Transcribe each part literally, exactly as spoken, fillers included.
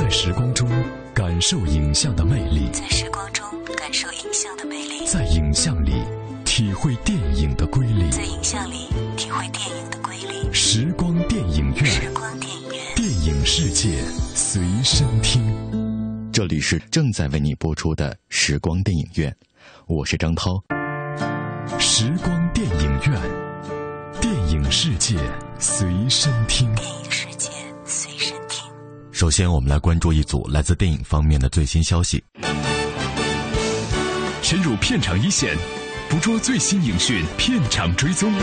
在时光中感受影像的魅力， 在时光中感受影像的魅力， 在影像里体会电影的瑰丽， 在影像里体会电影的瑰丽。 时光电影院， 时光电影院， 电影世界随身听。 这里是正在为你播出的时光电影院，我是张涛。 时光电影院，电影世界随身听。 电影世界随身听。 首先，我们来关注一组来自电影方面的最新消息。 深入片场一线，捕捉最新影讯，片场追踪。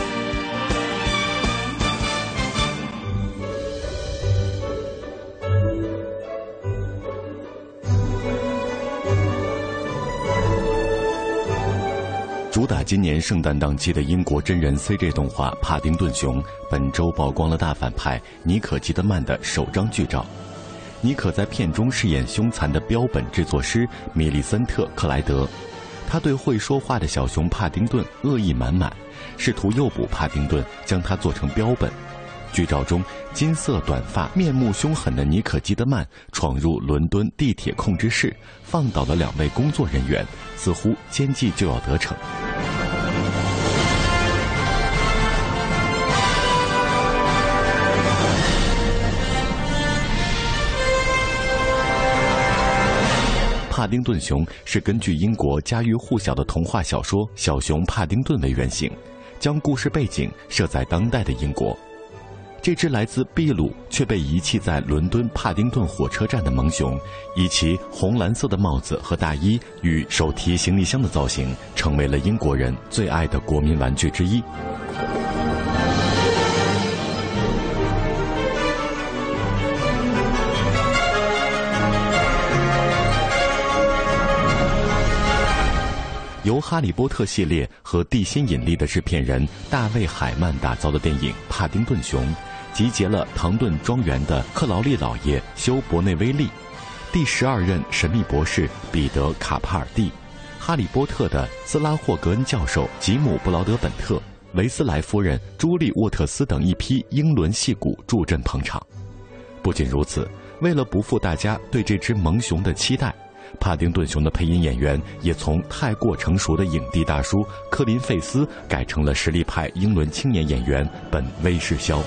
主打今年圣诞档期的英国真人 C G 动画《帕丁顿熊》本周曝光了大反派妮可基德曼的首张剧照。妮可在片中饰演凶残的标本制作师米利森特·克莱德，他对会说话的小熊帕丁顿恶意满满，试图诱捕帕丁顿，将他做成标本。剧照中，金色短发、面目凶狠的妮可基德曼闯入伦敦地铁控制室，放倒了两位工作人员，似乎奸计就要得逞。帕丁顿熊是根据英国家喻户晓的童话小说《小熊帕丁顿》为原型，将故事背景设在当代的英国。这只来自秘鲁却被遗弃在伦敦帕丁顿火车站的萌熊，以其红蓝色的帽子和大衣与手提行李箱的造型，成为了英国人最爱的国民玩具之一。由哈利波特系列和地心引力的制片人大卫海曼打造的电影《帕丁顿熊》，集结了唐顿庄园的克劳利老爷休伯内威利、第十二任神秘博士彼得卡帕尔蒂、哈利波特的斯拉霍格恩教授吉姆布劳德本特、维斯莱夫人朱莉沃特斯等一批英伦戏骨助阵捧场。不仅如此，为了不负大家对这只萌熊的期待，帕丁顿熊的配音演员也从太过成熟的影帝大叔科林费斯改成了实力派英伦青年演员本威士肖。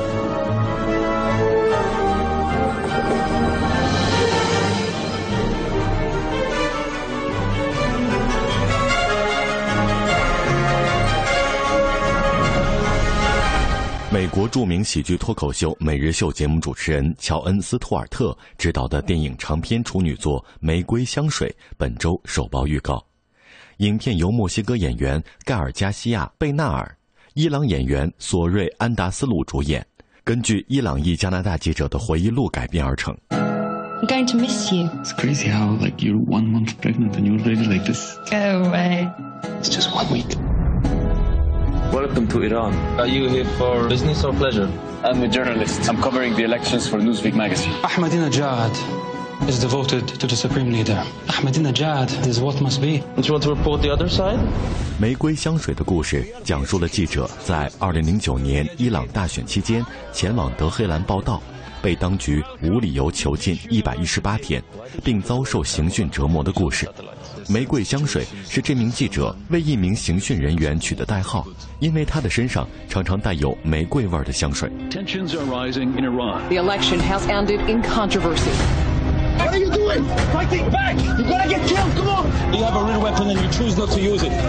美国著名喜剧脱口秀《每日秀》节目主持人乔恩·斯图尔特执导的电影长篇处女作《玫瑰香水》本周首曝预告。影片由墨西哥演员盖尔加西亚·贝纳尔、伊朗演员索瑞·安达斯鲁主演，根据伊朗裔加拿大记者的回忆录改编而成。 I'm going to miss you. It's crazy how, like, you're one month pregnant and you're already like this. Go away. It's just one week. Welcome to Iran. Are you here for business or pleasure? I'm a journalist. I'm covering the elections for Newsweek magazine. Ahmadinejad is devoted to the supreme leader. Ahmadinejad is what must be. Don't you want to report the other side? 玫瑰香水的故事讲述了记者在二零零九年伊朗大选期间前往德黑兰报道，被当局无理由囚禁一百一十八天，并遭受刑讯折磨的故事。玫瑰香水是这名记者为一名刑讯人员取的代号，因为他的身上常常带有玫瑰味的香水。 Tensions are rising in Iran. The election has ended in controversy. What are you doing? Fighting back! You're gonna get killed! Come on! You have a real weapon and you choose not to use it.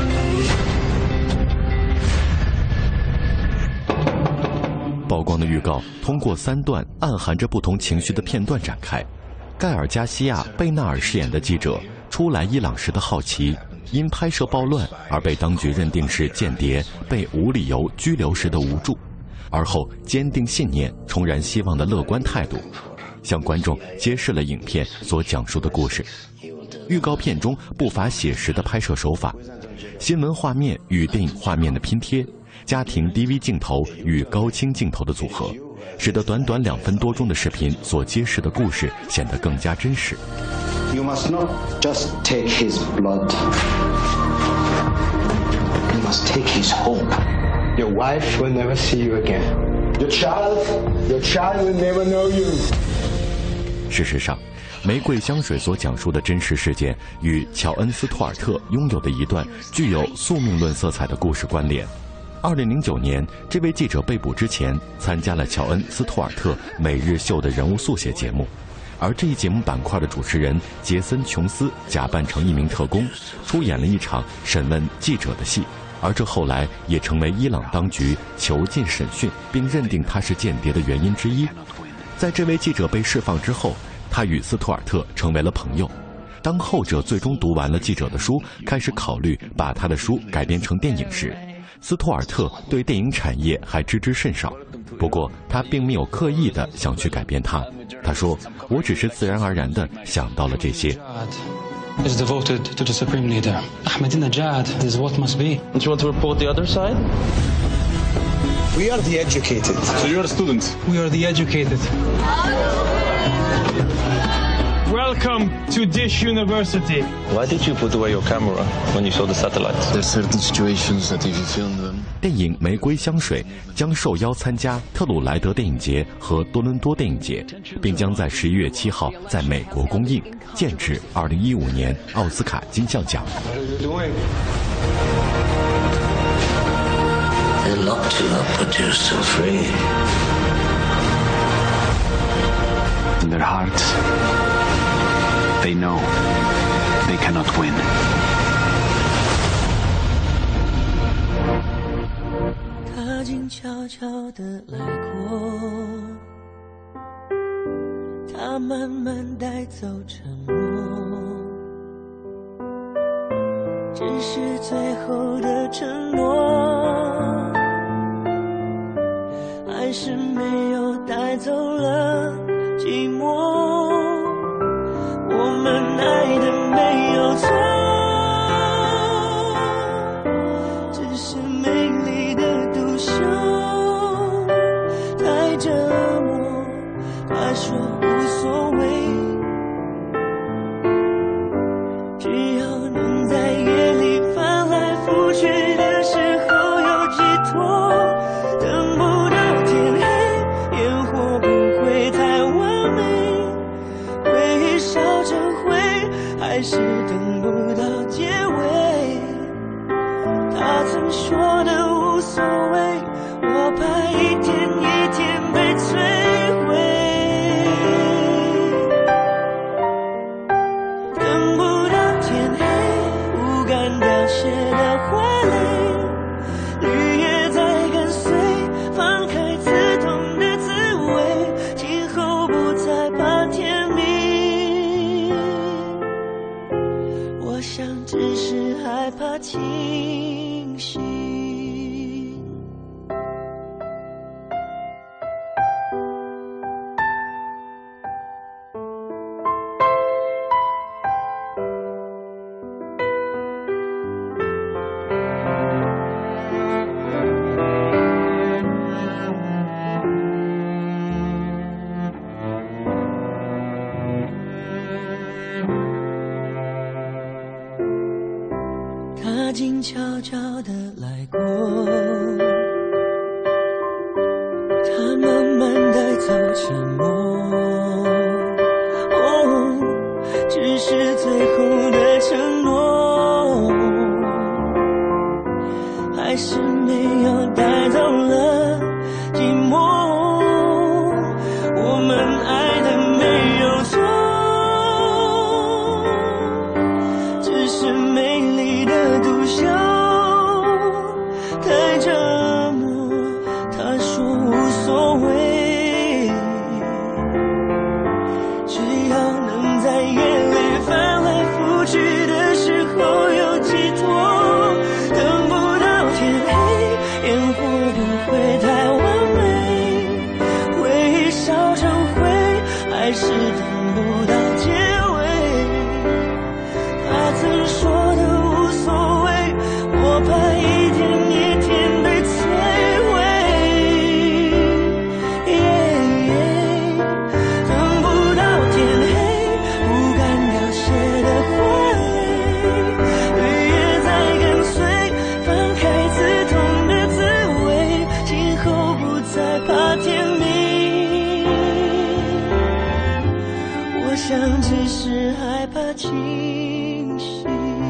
曝光的预告通过三段暗含着不同情绪的片段展开。盖尔加西亚·贝纳尔饰演的记者初来伊朗时的好奇，因拍摄暴乱而被当局认定是间谍，被无理由拘留时的无助，而后坚定信念、重燃希望的乐观态度，向观众揭示了影片所讲述的故事。预告片中不乏写实的拍摄手法，新闻画面与电影画面的拼贴，家庭 D V 镜头与高清镜头的组合，使得短短两分多钟的视频所揭示的故事显得更加真实。 You must not just take his blood. You must take his hope. Your wife will never see you again. Your child, your child will never know you. 事实上，玫瑰香水所讲述的真实事件与乔恩·斯图尔特拥有的一段具有宿命论色彩的故事关联。二零零九年，这位记者被捕之前，参加了乔恩·斯图尔特每日秀的人物速写节目，而这一节目板块的主持人杰森·琼斯假扮成一名特工，出演了一场审问记者的戏，而这后来也成为伊朗当局囚禁审讯并认定他是间谍的原因之一。在这位记者被释放之后，他与斯图尔特成为了朋友。当后者最终读完了记者的书，开始考虑把他的书改编成电影时，斯图尔特对电影产业还知之甚少，不过他并没有刻意的想去改变它。他说：“我只是自然而然的想到了这些。” Is devoted to the supreme leader. Ahmadinejad is what must be. Don't you want to report the other side? We are the educated. So you're a student? We are the educated. Welcome to Dish University. Why did you put away your camera when you saw the satellites? There's certain situations that if you film them. 电影《玫瑰香水》将受邀参加特鲁莱德电影节和多伦多电影节，并将在十一月七号在美国公映，剑指二零一五年奥斯卡金像奖。 They locked you up, but you're still free. In their hearts, they know they cannot win. 他静悄悄地来过，他慢慢带走沉默，只是最后的承诺，还是没有带走了寂寞。我们爱的没有错，只是美丽的独秀太折磨。他说无所谓，只要能在夜里翻来覆去的时候有寄托，等不到天黑，烟火不会太完美，回忆烧成灰，还是等不到结尾。他曾说的无所谓，我怕一天一天被摧毁。等不到天黑，不敢凋谢的花蕾，绿叶在跟随，放开刺痛的滋味，今后不再怕天明。我想只是害怕清醒。他静悄悄地来过，他慢慢带走沉默，哦，只是最后的承诺，还是没有带走了寂寞。我们爱的没有错，只是美丽的独秀太折磨。他说无所谓，只要能在夜里翻来覆去的时候有寄托，等不到天黑，烟火不会太完美，回忆烧成灰，还是等不到结尾。他曾说的无所谓，我怕一天一天被摧毁。等不到天黑，不敢凋谢的花蕾，绿叶在跟随，翻开刺痛的滋味，今后不再怕天明。 想只是害怕清醒，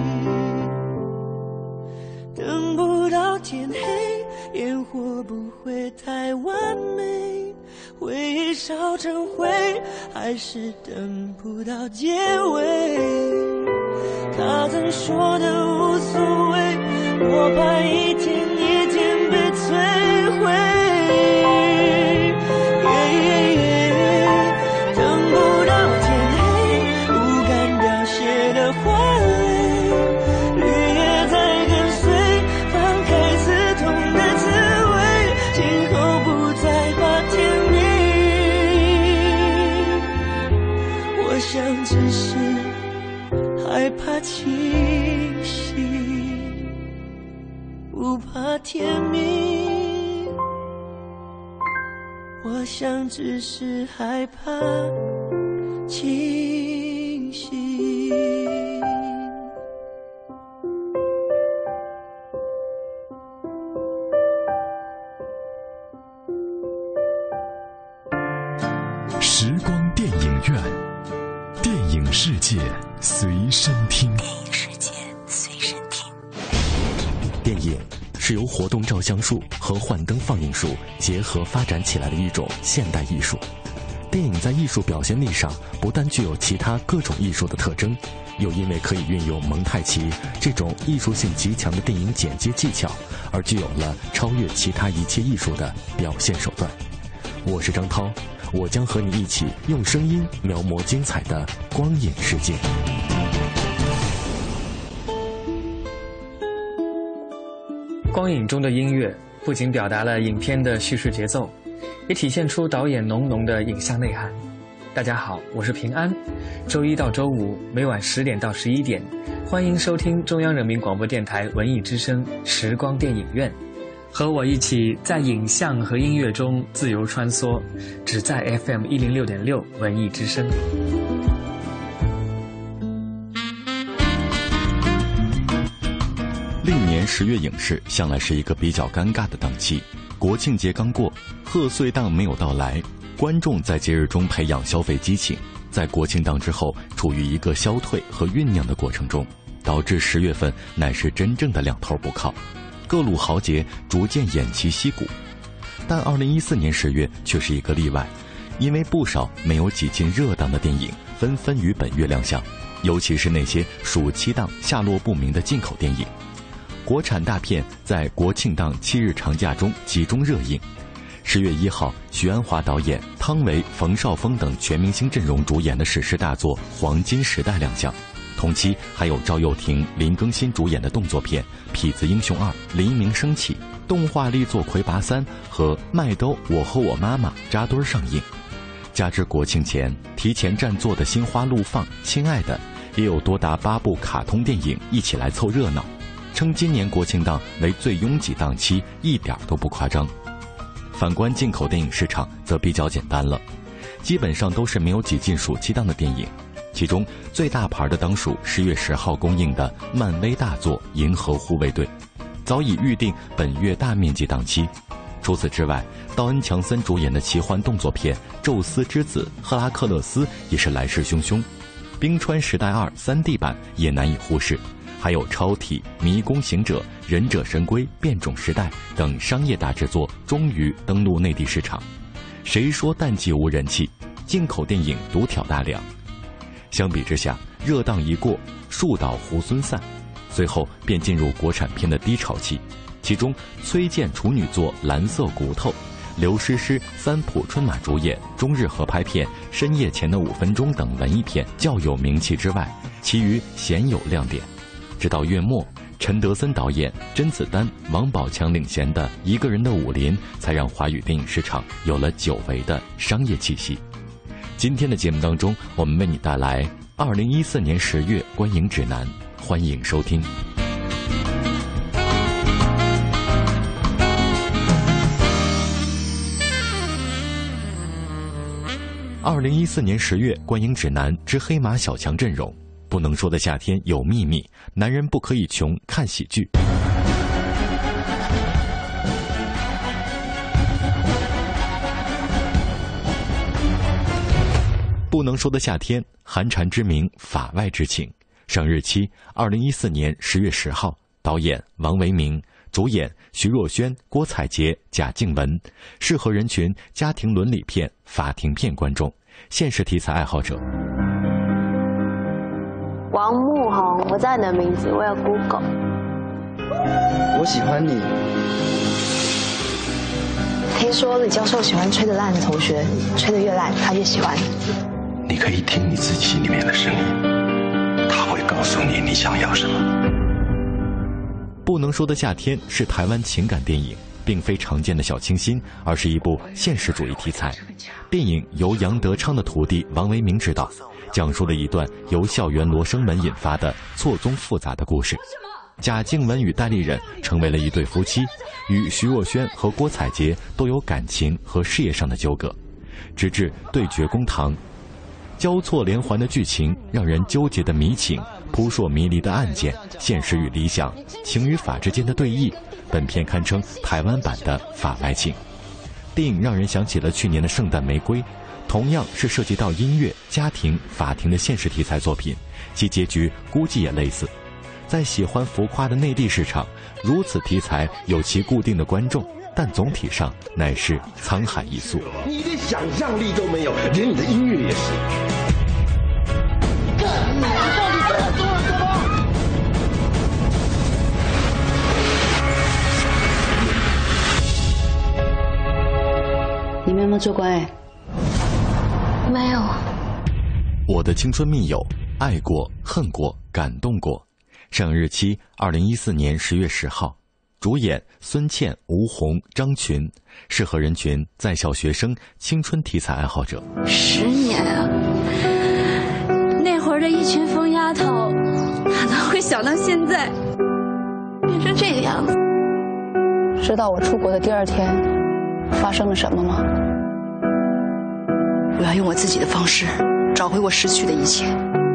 等不到天黑，烟火不会太完美，回忆烧成灰，还是等不到结尾。他曾说的无所谓，我怕一天一天被摧毁。只是害怕清醒，不怕天明。我想只是害怕清醒。 时光电影院。电影世界随身听。 电影世界随身听。 电影是由活动照相术和幻灯放映术结合发展起来的一种现代艺术。电影在艺术表现力上不但具有其他各种艺术的特征，又因为可以运用蒙太奇这种艺术性极强的电影剪接技巧，而具有了超越其他一切艺术的表现手段。我是张涛，我将和你一起用声音描摹精彩的光影世界。 光影中的音乐不仅表达了影片的叙事节奏，也体现出导演浓浓的影像内涵。大家好，我是平安，周一到周五每晚十点到十一点，欢迎收听中央人民广播电台文艺之声时光电影院，和我一起在影像和音乐中自由穿梭，只在 F M 一零六点六文艺之声。 历年十月影视向来是一个比较尴尬的档期，国庆节刚过，贺岁档没有到来，观众在节日中培养消费激情，在国庆档之后处于一个消退和酝酿的过程中，导致十月份乃是真正的两头不靠，各路豪杰逐渐偃旗息鼓。但二零一四年十月却是一个例外，因为不少没有挤进热档的电影纷纷于本月亮相，尤其是那些暑期档下落不明的进口电影。国产大片在国庆档七日长假中集中热映。十月一号，许鞍华导演、汤唯、冯绍峰等全明星阵容主演的史诗大作《黄金时代》亮相。同期还有赵又廷、林更新主演的动作片《痞子英雄二》黎明升起，动画力作《魁拔三》和麦兜我和我妈妈扎堆上映。加之国庆前提前占座的心花怒放、亲爱的，也有多达八部卡通电影一起来凑热闹，称今年国庆档为最拥挤档期一点都不夸张。反观进口电影市场则比较简单了，基本上都是没有挤进暑期档的电影，其中最大牌的当属十月十号公映的漫威大作《银河护卫队》，早已预定本月大面积档期。除此之外，道恩·强森主演的奇幻动作片《宙斯之子赫拉克勒斯》也是来势汹汹，《冰川时代二》三 D 版也难以忽视，还有超体、迷宫行者、忍者神龟、变种时代等商业大制作终于登陆内地市场。谁说淡季无人气？进口电影独挑大梁。相比之下，热档一过，树倒猢狲散，随后便进入国产片的低潮期。其中崔健处女作《蓝色骨头》，刘诗诗、三浦春马主演中日合拍片《深夜前的五分钟》等文艺片较有名气之外，其余鲜有亮点。直到月末，陈德森导演、甄子丹、王宝强领衔的《一个人的武林》才让华语电影市场有了久违的商业气息。今天的节目当中，我们为你带来二零一四年十月观影指南，欢迎收听。二零一四年十月观影指南之黑马小强阵容。不能说的夏天有秘密，男人不可以穷看喜剧。 不能说的夏天，寒蝉之鸣，法外之情。上日期二零一四年十月十号，导演王维明，主演徐若瑄、郭采洁、贾静雯，适合人群家庭伦理片、法庭片观众，现实题材爱好者。 王慕红，我知道你的名字，我有 Google。 我喜欢你。 听说李教授喜欢吹得烂的同学，吹得越烂，他越喜欢。 你可以听你自己心里面的声音，他会告诉你你想要什么。 不能说的夏天是台湾情感电影，并非常见的小清新，而是一部现实主义题材。电影由杨德昌的徒弟王维明执导，讲述了一段由校园罗生门引发的错综复杂的故事。贾静雯与戴立忍成为了一对夫妻，与徐若瑄和郭采洁都有感情和事业上的纠葛，直至对决公堂。交错连环的剧情，让人纠结的迷情，扑朔迷离的案件，现实与理想，情与法之间的对弈，本片堪称台湾版的法外情。电影让人想起了去年的《圣诞玫瑰》，同样是涉及到音乐、家庭、法庭的现实题材作品，其结局估计也类似。在喜欢浮夸的内地市场，如此题材有其固定的观众，但总体上乃是沧海一粟。 你一点想象力都没有，连你的音乐也是。干，你到底在做什么？ 你们有没有做过爱？ 没有。 我的青春密友，爱过、恨过、感动过。上映日期二零一四年十月十号，主演孙茜、吴虹、张群，适合人群在校学生、青春题材爱好者。 十年啊，那会儿的一群疯丫头，哪能会想到现在变成这个样子？ 知道我出国的第二天发生了什么吗？ 我要用我自己的方式找回我失去的一切。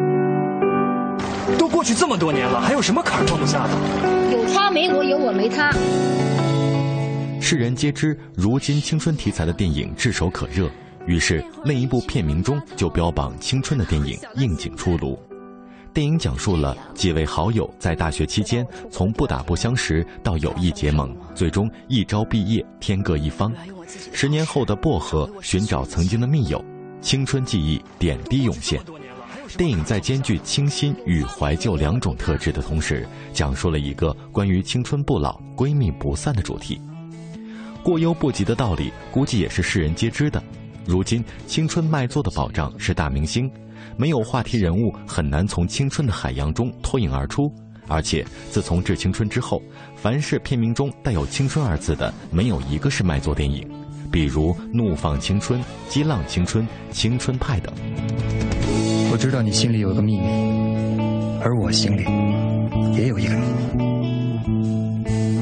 都过去这么多年了，还有什么坎儿放不下的？ 有他没我，有我没他。 世人皆知，如今青春题材的电影炙手可热，于是另一部片名中就标榜青春的电影应景出炉。电影讲述了几位好友在大学期间从不打不相识到友谊结盟，最终一朝毕业，天各一方。十年后的薄荷寻找曾经的密友，青春记忆点滴涌现。电影在兼具清新与怀旧两种特质的同时，讲述了一个关于青春不老、闺蜜不散的主题。过犹不及的道理，估计也是世人皆知的。如今青春卖座的保障是大明星，没有话题人物很难从青春的海洋中脱颖而出。而且自从《致青春》之后，凡是片名中带有青春二字的，没有一个是卖座电影，比如《怒放青春》、《激浪青春》、《青春派》等。 我知道你心里有个秘密，而我心里也有一个秘密。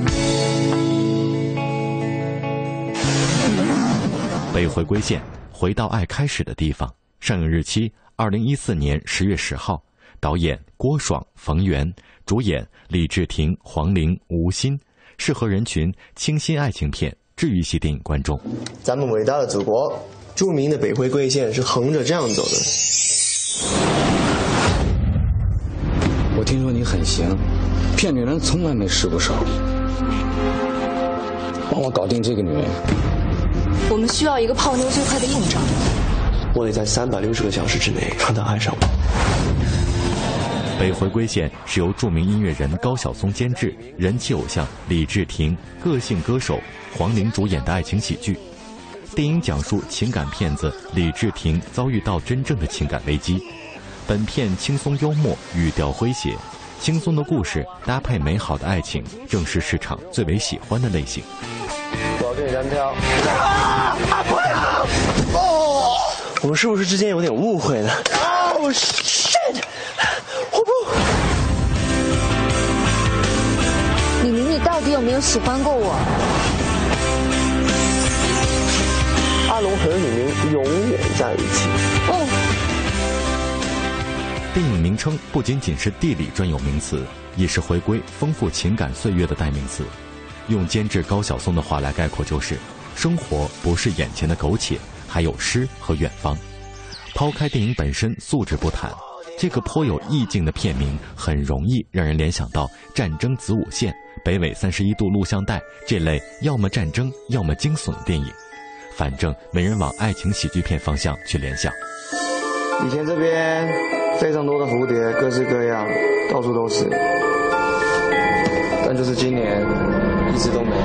被回归线，回到爱开始的地方。上映日期二零一四年十月十号，导演郭爽、冯源，主演李治廷、黄龄、吴昕，适合人群清新爱情片、治愈系电影观众。 咱们伟大的祖国，著名的北回归线是横着这样走的。 我听说你很行，骗女人从来没失过手。帮我搞定这个女人。 我们需要一个泡妞最快的印证。 我得在三百六十个小时之内让她爱上我。 北回归线是由著名音乐人高晓松监制，人气偶像李治廷、个性歌手黄龄主演的爱情喜剧。电影讲述情感骗子李治廷遭遇到真正的情感危机。本片轻松幽默，语调诙谐，轻松的故事搭配美好的爱情，正是市场最为喜欢的类型。 我要跟你单挑。啊！不要！哦，我们是不是之间有点误会呢？哦 shit！ 我不。 李明，你到底有没有喜欢过我？ 阿龙和李明永远在一起。 哦。 电影名称不仅仅是地理专有名词，也是回归丰富情感岁月的代名词。用监制高晓松的话来概括，就是生活不是眼前的苟且，还有诗和远方。 抛开电影本身素质不谈，这个颇有意境的片名很容易让人联想到战争子午线、北纬三十一度录像带这类要么战争要么惊悚的电影，反正没人往爱情喜剧片方向去联想。 以前这边非常多的蝴蝶，各式各样，到处都是，但就是今年一直都没有。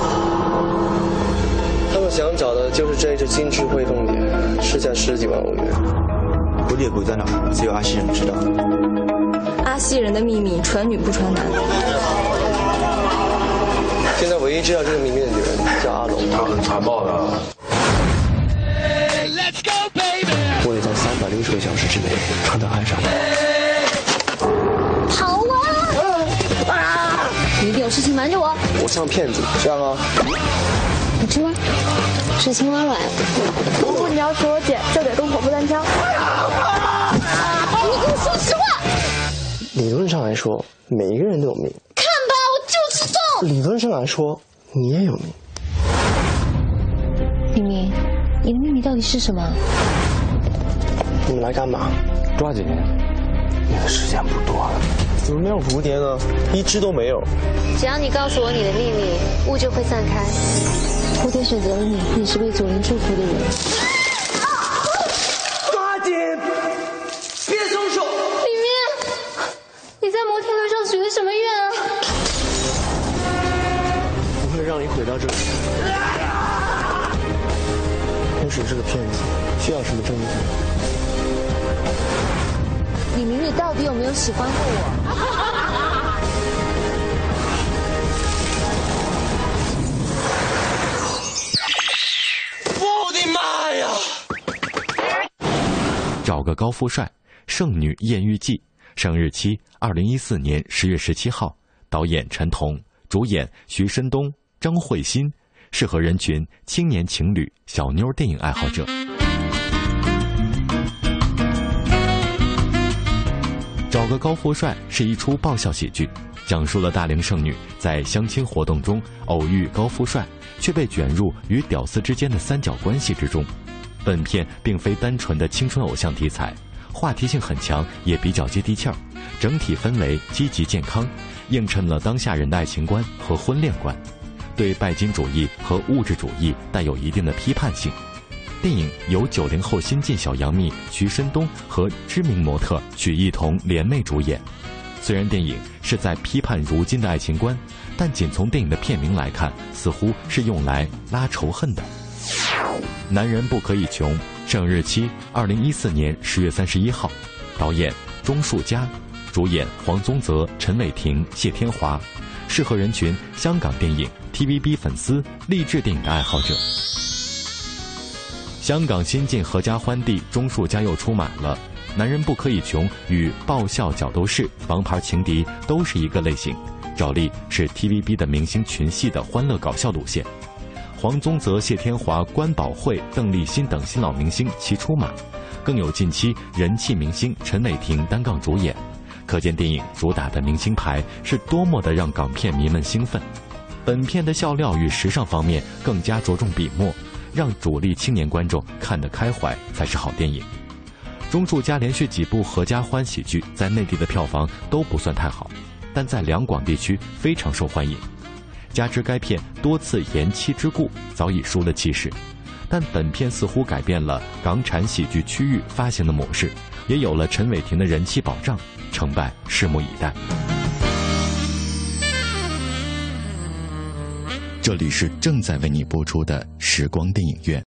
他们想找的就是这一只金翅灰凤蝶，市价十几万欧元。蝴蝶谷在哪？只有阿西人知道。 阿西人的秘密，传女不传男。 现在唯一知道这个秘密的女人叫阿龙， 她很残暴的。 我也在三百六十个小时之内让她爱上我。 跑啊！啊！你一定有事情瞒着我。 我像骗子，这样啊？ 你吃吗？是青蛙卵。如果你要是我姐，就得动口不单枪。你给我说实话。 理论上来说，每一个人都有命。 看吧，我就知道。 理论上来说，你也有命。 明明，你的秘密到底是什么？ 你们来干嘛？ 抓紧， 你的时间不多了。怎么没有蝴蝶呢？一只都没有。 只要你告诉我你的秘密，雾就会散开。蝴蝶选择了你，你是被祖灵祝福的人。 抓紧，别松手！ 明明，你在摩天轮上许的什么愿啊？ 不会让你回到这里。我只是个骗子，需要什么证据？ 李明，你到底有没有喜欢过我？ 我的妈呀！ 找个高富帅，圣女艳遇记，上日期二零一四年十月十七号，导演陈彤，主演徐申东、张慧欣，适合人群青年情侣、小妞电影爱好者。找个高富帅是一出爆笑喜剧，讲述了大龄剩女在相亲活动中偶遇高富帅，却被卷入与屌丝之间的三角关系之中。本片并非单纯的青春偶像题材，话题性很强，也比较接地气儿，整体氛围积极健康，映衬了当下人的爱情观和婚恋观，对拜金主义和物质主义带有一定的批判性。电影由九零后新晋小杨幂徐申东和知名模特许艺彤联袂主演。虽然电影是在批判如今的爱情观，但仅从电影的片名来看，似乎是用来拉仇恨的。男人不可以穷，上日期二零一四年十月三十一号，导演钟树佳，主演黄宗泽、陈伟霆、谢天华，适合人群香港电影、T V B 粉丝、励志电影的爱好者。香港新晋合家欢帝钟树佳又出马了。男人不可以穷与爆笑角斗士、王牌情敌都是一个类型，照例是 T V B 的明星群戏的欢乐搞笑路线。黄宗泽、谢天华、关宝慧、邓丽欣等新老明星齐出马，更有近期人气明星陈伟霆单杠主演，可见电影主打的明星牌是多么的让港片迷们兴奋。本片的笑料与时尚方面更加着重笔墨，让主力青年观众看得开怀才是好电影。钟树佳连续几部合家欢喜剧在内地的票房都不算太好，但在两广地区非常受欢迎。加之该片多次延期之故，早已输了气势。但本片似乎改变了港产喜剧区域发行的模式，也有了陈伟霆的人气保障，成败拭目以待。这里是正在为你播出的时光电影院。